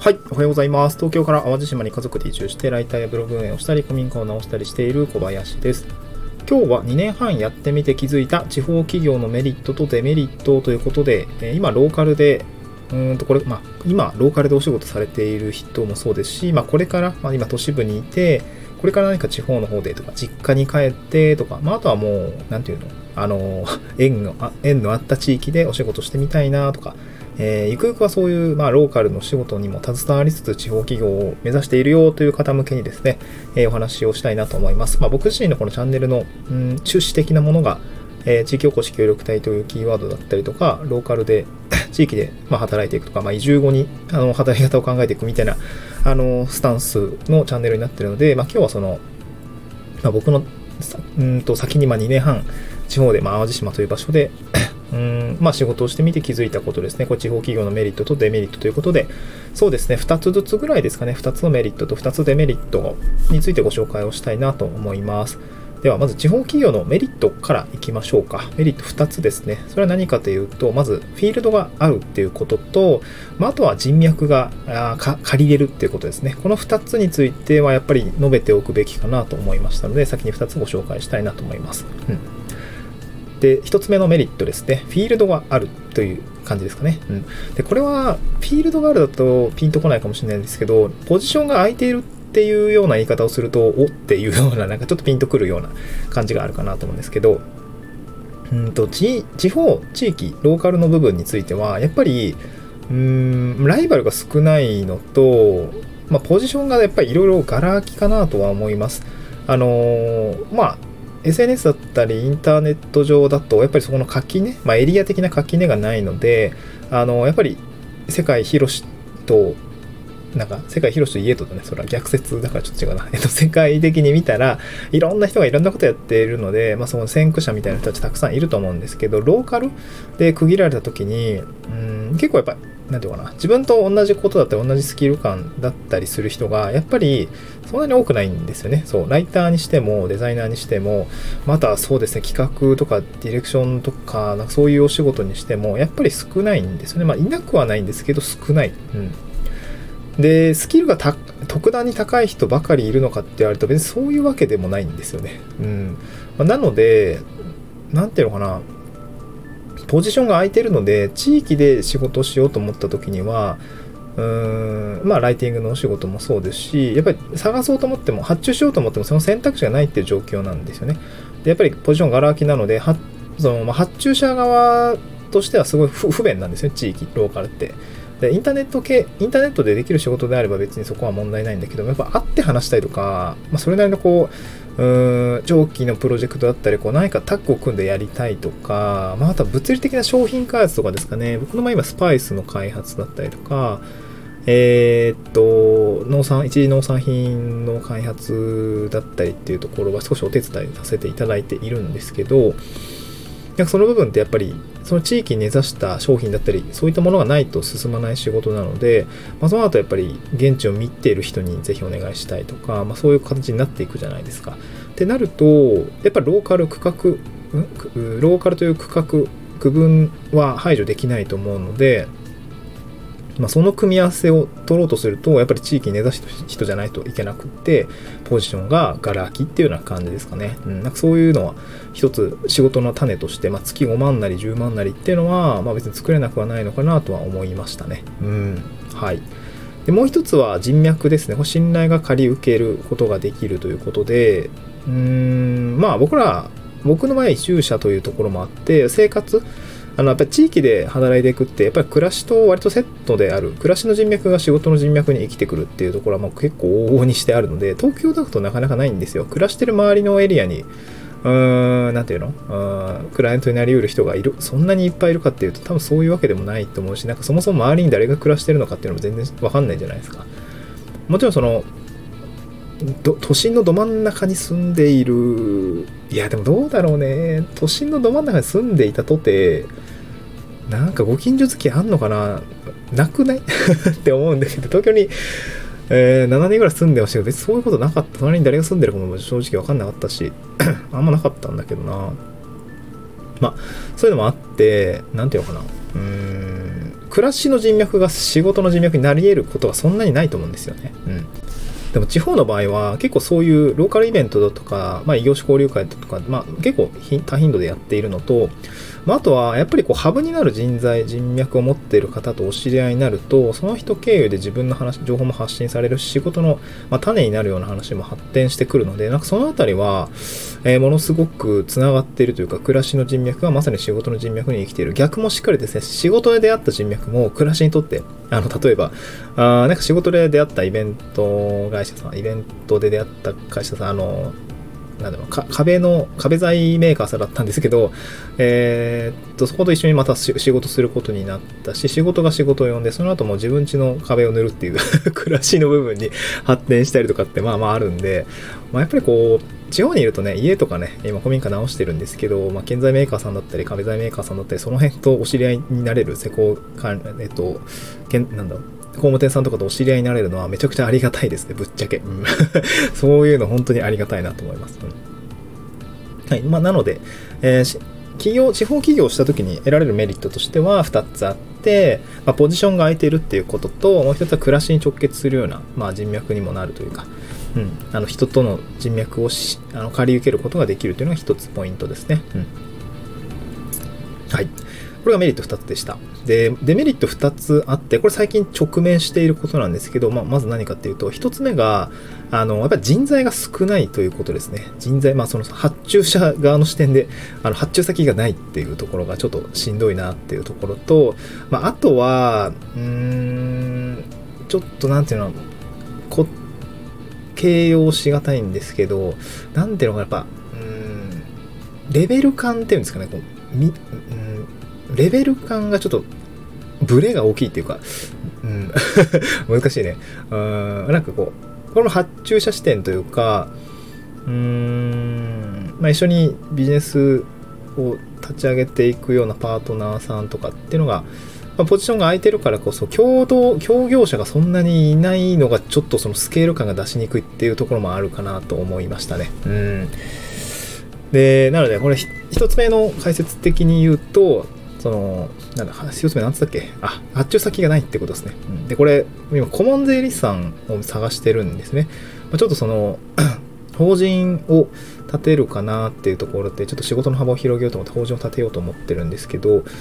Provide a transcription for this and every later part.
はい、おはようございます。東京から淡路島に家族で移住してライターやブログ運営をしたり古民家を直したりしている小林です。今日は2年半やってみて気づいた地方企業のメリットとデメリットということで、今ローカルで今ローカルでお仕事されている人もそうですし、これから、今都市部にいてこれから何か地方の方でとか実家に帰ってとか、あとはもうなんていうの縁のあった地域でお仕事してみたいなとか、ゆくゆくはそういう、ローカルの仕事にも携わりつつ地方企業を目指しているよという方向けにですね、お話をしたいなと思います。僕自身のこのチャンネルの、趣旨的なものが、地域おこし協力隊というキーワードだったりとか、ローカルで地域で働いていくとか、移住後に働き方を考えていくみたいなスタンスのチャンネルになっているので、今日はその、僕の先に2年半地方で、淡路島という場所で仕事をしてみて気づいたことですね。これ地方企業のメリットとデメリットということで、そうですね、2つずつぐらいですかね、2つのメリットと2つデメリットについてご紹介をしたいなと思います。ではまず地方企業のメリットからいきましょうか。メリット2つですね。それは何かというと、まずフィールドがあるっていうことと、あとは人脈が借りれるっていうことですね。この2つについてはやっぱり述べておくべきかなと思いましたので、先に2つご紹介したいなと思います。で、1つ目のメリットですね。フィールドがあるという感じですかね。で、これはフィールドがあるだとピンとこないかもしれないんですけど、ポジションが空いているっていうような言い方をすると、おっていうような、ちょっとピンとくるような感じがあるかなと思うんですけど、地方、地域、ローカルの部分については、やっぱり、ライバルが少ないのと、ポジションがやっぱりいろいろガラ空きかなとは思います。SNS だったりインターネット上だとやっぱりそこの垣根、エリア的な垣根がないので、やっぱり世界広しと家とね、それは逆説だからちょっと違うな。世界的に見たらいろんな人がいろんなことやっているので、その先駆者みたいな人たちたくさんいると思うんですけど、ローカルで区切られた時に結構やっぱりなんていうかな、自分と同じことだったり同じスキル感だったりする人がやっぱりそんなに多くないんですよね。そう、ライターにしてもデザイナーにしても、またそうですね、企画とかディレクションとか、そういうお仕事にしてもやっぱり少ないんですよね。いなくはないんですけど少ない。で、スキルが特段に高い人ばかりいるのかって言われると別にそういうわけでもないんですよね。なので、なんていうのかな、ポジションが空いてるので、地域で仕事をしようと思った時には、ライティングのお仕事もそうですし、やっぱり探そうと思っても、発注しようと思ってもその選択肢がないっていう状況なんですよね。で、やっぱりポジションがガラ空きなので、発注者側としてはすごい不便なんですよ、地域、ローカルって。で、インターネットでできる仕事であれば別にそこは問題ないんだけど、やっぱ会って話したりとか、それなりの長期のプロジェクトだったり、何かタッグを組んでやりたいとか、あとは物理的な商品開発とかですかね。僕の今スパイスの開発だったりとか、一次農産品の開発だったりっていうところは少しお手伝いさせていただいているんですけど、その部分ってやっぱりその地域に根ざした商品だったりそういったものがないと進まない仕事なので、その後やっぱり現地を見ている人にぜひお願いしたいとか、そういう形になっていくじゃないですか。ってなるとやっぱりローカルという区分は排除できないと思うので、その組み合わせを取ろうとするとやっぱり地域に根ざした人じゃないといけなくって、ポジションがガラ空きっていうような感じですかね。そういうのは一つ仕事の種として、月5万なり10万なりっていうのは、別に作れなくはないのかなとは思いましたね。はい。で、もう一つは人脈ですね。信頼が借り受けることができるということで、僕の場合移住者というところもあって、生活やっぱり地域で働いていくって、やっぱり暮らしと割とセットである、暮らしの人脈が仕事の人脈に生きてくるっていうところは結構往々にしてあるので、東京だとなかなかないんですよ。暮らしてる周りのエリアに、なんていうの、クライアントになりうる人がいる、そんなにいっぱいいるかっていうと、多分そういうわけでもないと思うし、そもそも周りに誰が暮らしてるのかっていうのも全然わかんないじゃないですか。もちろん都心のど真ん中に住んでいる、いやでもどうだろうね、都心のど真ん中に住んでいたとてご近所付きあんのかなくないって思うんだけど、東京に、7年ぐらい住んでましたけど、別にそういうことなかった。隣に誰が住んでるかも正直分かんなかったしあんまなかったんだけどな。そういうのもあって、なんていうのかな、 暮らしの人脈が仕事の人脈になり得ることはそんなにないと思うんですよね。でも地方の場合は結構そういうローカルイベントだとか、異業種交流会だとか、結構多頻度でやっているのと、あとはやっぱりハブになる人脈を持っている方とお知り合いになると、その人経由で自分の情報も発信されるし、仕事の、種になるような話も発展してくるので、そのあたりは、ものすごくつながっているというか、暮らしの人脈がまさに仕事の人脈に生きている。逆もしっかりですね、仕事で出会った人脈も暮らしにとって、例えば、仕事で出会ったイベント会社さん、イベントで出会った会社さん、壁材メーカーさんだったんですけど、そこと一緒にまた仕事することになったし、仕事が仕事を呼んで、その後も自分家の壁を塗るっていう暮らしの部分に発展したりとかってあるんで、やっぱり地方にいるとね、家とかね、今古民家直してるんですけど、建材メーカーさんだったり、壁材メーカーさんだったり、その辺とお知り合いになれる工務店さんとかとお知り合いになれるのはめちゃくちゃありがたいですね、ぶっちゃけ。そういうの本当にありがたいなと思います。はい。なので、地方企業をした時に得られるメリットとしては2つあって、ポジションが空いているっていうことと、もう一つは暮らしに直結するような、人脈にもなるというか、人との人脈を借り受けることができるというのが一つポイントですね。はい。これがメリット2つでした。で、デメリット2つあって、これ最近直面していることなんですけど、まず何かっていうと、1つ目が、やっぱり人材が少ないということですね。人材、その発注者側の視点で、発注先がないっていうところがちょっとしんどいなっていうところと、あとは、ちょっとなんていうの、形容しがたいんですけど、なんていうのかやっぱ、レベル感っていうんですかね、レベル感がちょっとブレが大きいっていうか、難しいね。これも発注者視点というか、一緒にビジネスを立ち上げていくようなパートナーさんとかっていうのが、ポジションが空いてるからこそ協業者がそんなにいないのがちょっとそのスケール感が出しにくいっていうところもあるかなと思いましたね。で、なのでこれ一つ目の解説的に言うと、一つ目なんつったっけ？発注先がないってことですね。で、これ、今、顧問税理士さんを探してるんですね。ちょっと法人を立てるかなっていうところで、ちょっと仕事の幅を広げようと思って法人を立てようと思ってるんですけど、イン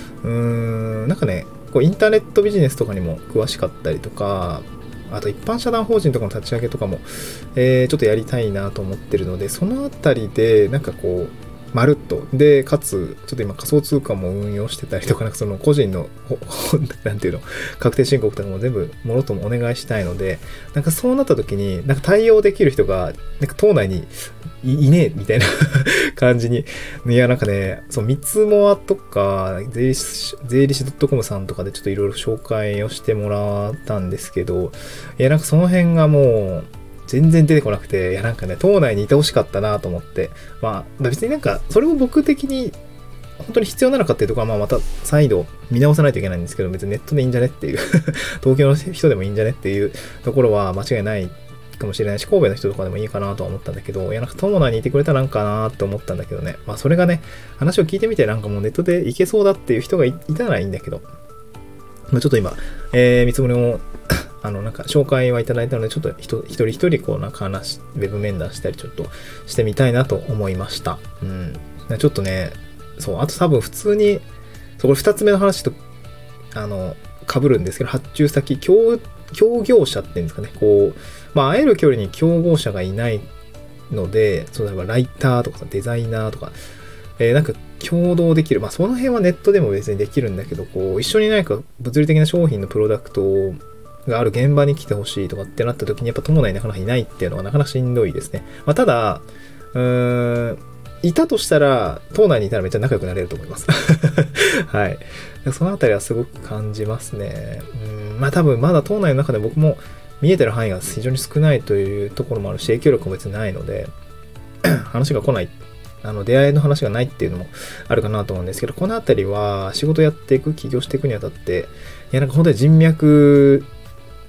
ターネットビジネスとかにも詳しかったりとか、あと一般社団法人とかの立ち上げとかも、ちょっとやりたいなと思ってるので、そのあたりで、まるっと。で、かつ、ちょっと今仮想通貨も運用してたりとか、その個人の、なんていうの、確定申告とかも全部もろともお願いしたいので、そうなった時に、対応できる人が、党内にいねえ、みたいな感じに。いや、みつもあとか、税理士 .com さんとかでちょっといろいろ紹介をしてもらったんですけど、いや、その辺がもう、全然出てこなくて、いや党内にいてほしかったなと思って、別にそれを僕的に本当に必要なのかっていうところはまた再度見直さないといけないんですけど、別にネットでいいんじゃねっていう東京の人でもいいんじゃねっていうところは間違いないかもしれないし、神戸の人とかでもいいかなとは思ったんだけど、いや党内にいてくれたらかなって思ったんだけどね、それがね、話を聞いてみてもうネットでいけそうだっていう人がいたらいいんだけど、ちょっと今、見積もりも紹介はいただいたので、ちょっと一人一人ウェブ面談したりちょっとしてみたいなと思いました。ちょっとね、あと多分普通に、これ二つ目の話と、被るんですけど、発注先、協業者っていうんですかね、会える距離に競合者がいないので、例えばライターとかデザイナーとか、共同できる。その辺はネットでも別にできるんだけど、一緒に物理的な商品のプロダクトをがある現場に来てほしいとかってなった時にやっぱ友内になかなかいないっていうのはなかなかしんどいですね。ただ、いたとしたら、島内にいたらめっちゃ仲良くなれると思います。はい。そのあたりはすごく感じますね。多分まだ島内の中で僕も見えてる範囲が非常に少ないというところもあるし、影響力も別にないので、話が来ない。出会いの話がないっていうのもあるかなと思うんですけど、このあたりは仕事やっていく、起業していくにあたって、本当に人脈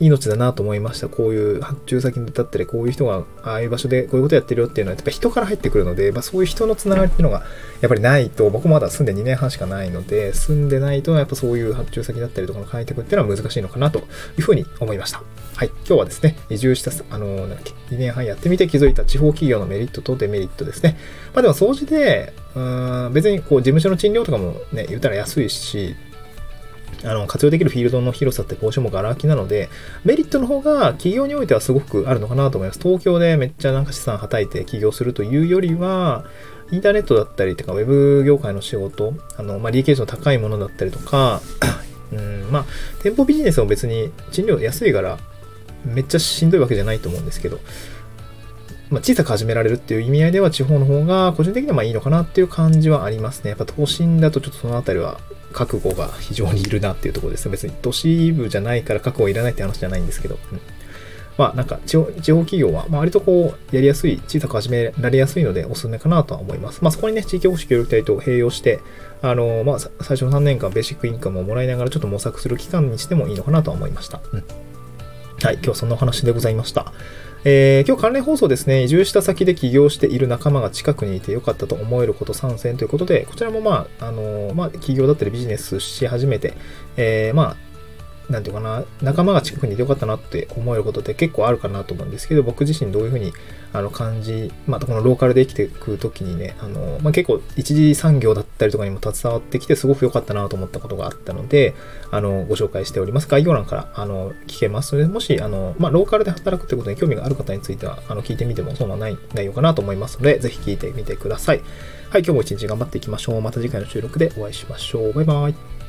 命だなと思いました。こういう発注先だったり、こういう人がああいう場所でこういうことやってるよっていうのはやっぱ人から入ってくるので、そういう人のつながりっていうのがやっぱりないと、僕もまだ住んで2年半しかないので、住んでないとやっぱそういう発注先だったりとかの開拓っていうのは難しいのかなというふうに思いました。はい、今日はですね、移住した2年半やってみて気づいた地方企業のメリットとデメリットですね。でも総じて別にこう事務所の賃料とかもね、言ったら安いし、活用できるフィールドの広さってポーションもガラ空きなので、メリットの方が企業においてはすごくあるのかなと思います。東京でめっちゃなんか資産はたいて起業するというよりは、インターネットだったりとか、ウェブ業界の仕事、利益率の高いものだったりとか、店舗ビジネスも別に賃料安いからめっちゃしんどいわけじゃないと思うんですけど、小さく始められるっていう意味合いでは地方の方が個人的にはいいのかなっていう感じはありますね。やっぱ都心だとちょっとそのあたりは覚悟が非常にいるなっていうところですね。別に都市部じゃないから覚悟いらないって話じゃないんですけど、なんか地方企業は割とこうやりやすい、小さく始められやすいのでおすすめかなとは思います。そこにね、地域おこし協力隊と併用して、最初の3年間ベーシックインカムをもらいながらちょっと模索する期間にしてもいいのかなとは思いました。はい、今日はそんなお話でございました。今日関連放送ですね、移住した先で起業している仲間が近くにいてよかったと思えること3選ということで、こちらも起業だったりビジネスし始めて、なんていうかな、仲間が近くにいてよかったなって思えることって結構あるかなと思うんですけど、僕自身どういうふうに感じ、このローカルで生きていくときにね、結構一次産業だったりとかにも携わってきてすごく良かったなと思ったことがあったので、ご紹介しております。概要欄から聞けますので、もしローカルで働くってことに興味がある方については聞いてみても損はない内容かなと思いますので、ぜひ聞いてみてください。はい、今日も一日頑張っていきましょう。また次回の収録でお会いしましょう。バイバイ。